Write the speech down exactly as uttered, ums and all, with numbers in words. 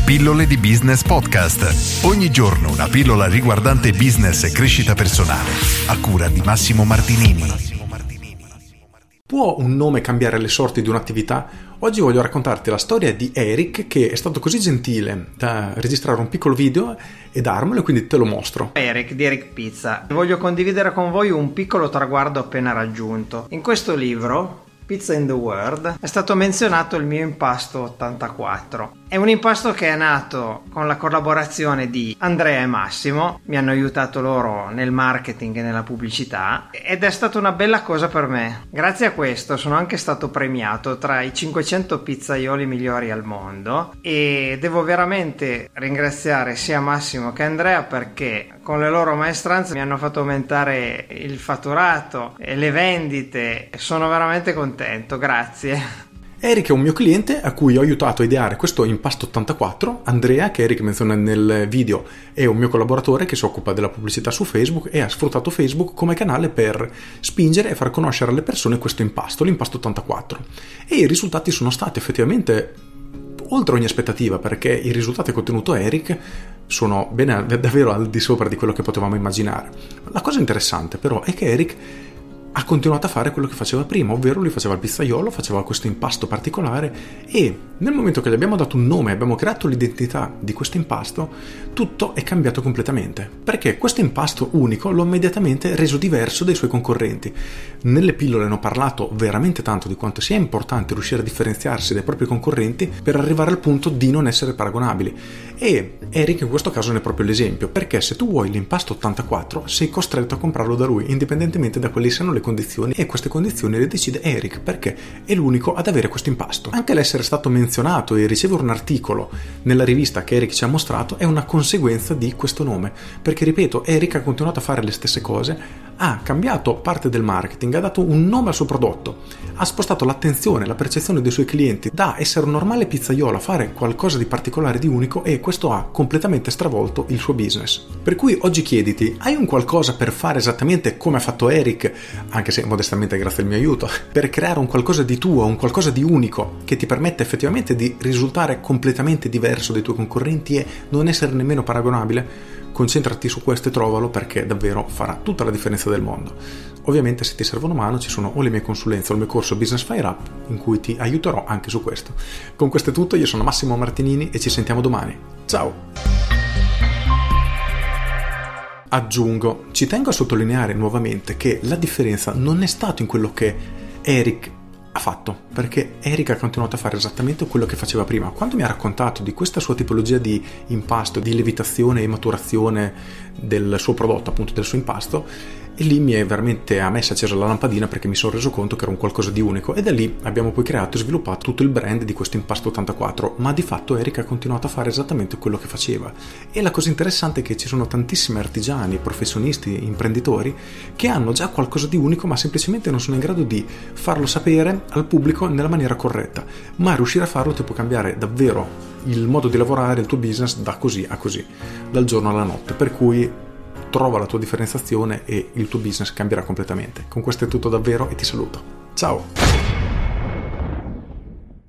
Pillole di Business Podcast. Ogni giorno una pillola riguardante business e crescita personale. A cura di Massimo Martinini. Può un nome cambiare le sorti di un'attività? Oggi voglio raccontarti la storia di Eric, che è stato così gentile da registrare un piccolo video e darmelo, e quindi te lo mostro. Eric di Eric Pizza. Voglio condividere con voi un piccolo traguardo appena raggiunto. In questo libro, Pizza in the World, è stato menzionato il mio impasto ottantaquattro. È un impasto che è nato con la collaborazione di Andrea e Massimo, mi hanno aiutato loro nel marketing e nella pubblicità, ed è stata una bella cosa per me. Grazie a questo sono anche stato premiato tra i cinquecento pizzaioli migliori al mondo, e devo veramente ringraziare sia Massimo che Andrea, perché con le loro maestranze mi hanno fatto aumentare il fatturato e le vendite. Sono veramente contento, grazie. Eric è un mio cliente a cui ho aiutato a ideare questo impasto ottantaquattro. Andrea, che Eric menziona nel video, è un mio collaboratore che si occupa della pubblicità su Facebook e ha sfruttato Facebook come canale per spingere e far conoscere alle persone questo impasto, l'impasto ottantaquattro. E i risultati sono stati effettivamente oltre ogni aspettativa, perché i risultati che ha ottenuto Eric sono bene, davvero al di sopra di quello che potevamo immaginare. La cosa interessante però è che Eric ha continuato a fare quello che faceva prima, ovvero lui faceva il pizzaiolo, faceva questo impasto particolare, e nel momento che gli abbiamo dato un nome, abbiamo creato l'identità di questo impasto, tutto è cambiato completamente, perché questo impasto unico l'ho immediatamente reso diverso dai suoi concorrenti. Nelle pillole ne ho parlato veramente tanto di quanto sia importante riuscire a differenziarsi dai propri concorrenti per arrivare al punto di non essere paragonabili, e Eric in questo caso ne è proprio l'esempio, perché se tu vuoi l'impasto ottantaquattro sei costretto a comprarlo da lui, indipendentemente da quali siano le condizioni, e queste condizioni le decide Eric, perché è l'unico ad avere questo impasto. Anche l'essere stato menzionato e ricevere un articolo nella rivista che Eric ci ha mostrato è una conseguenza di questo nome, perché ripeto, Eric ha continuato a fare le stesse cose, ha cambiato parte del marketing, ha dato un nome al suo prodotto, ha spostato l'attenzione, la percezione dei suoi clienti da essere un normale pizzaiolo a fare qualcosa di particolare, di unico, e questo ha completamente stravolto il suo business. Per cui oggi chiediti: hai un qualcosa per fare esattamente come ha fatto Eric, anche se modestamente grazie al mio aiuto, per creare un qualcosa di tuo, un qualcosa di unico che ti permette effettivamente di risultare completamente diverso dai tuoi concorrenti e non essere nemmeno paragonabile? Concentrati su questo e trovalo, perché davvero farà tutta la differenza del mondo. Ovviamente, se ti servono mano, ci sono o le mie consulenze o il mio corso Business Fire Up, in cui ti aiuterò anche su questo. Con questo è tutto, io sono Massimo Martinini e ci sentiamo domani. Ciao! Aggiungo, ci tengo a sottolineare nuovamente che la differenza non è stato in quello che Eric ha fatto, perché Eric ha continuato a fare esattamente quello che faceva prima. Quando mi ha raccontato di questa sua tipologia di impasto, di lievitazione e maturazione del suo prodotto, appunto del suo impasto, e lì mi è veramente a me si è accesa la lampadina, perché mi sono reso conto che era un qualcosa di unico, e da lì abbiamo poi creato e sviluppato tutto il brand di questo impasto ottantaquattro. Ma di fatto Eric ha continuato a fare esattamente quello che faceva, e la cosa interessante è che ci sono tantissimi artigiani, professionisti, imprenditori che hanno già qualcosa di unico, ma semplicemente non sono in grado di farlo sapere al pubblico nella maniera corretta. Ma riuscire a farlo ti può cambiare davvero il modo di lavorare, il tuo business da così a così, dal giorno alla notte. Per cui trova la tua differenziazione e il tuo business cambierà completamente. Con questo è tutto davvero, e ti saluto. Ciao!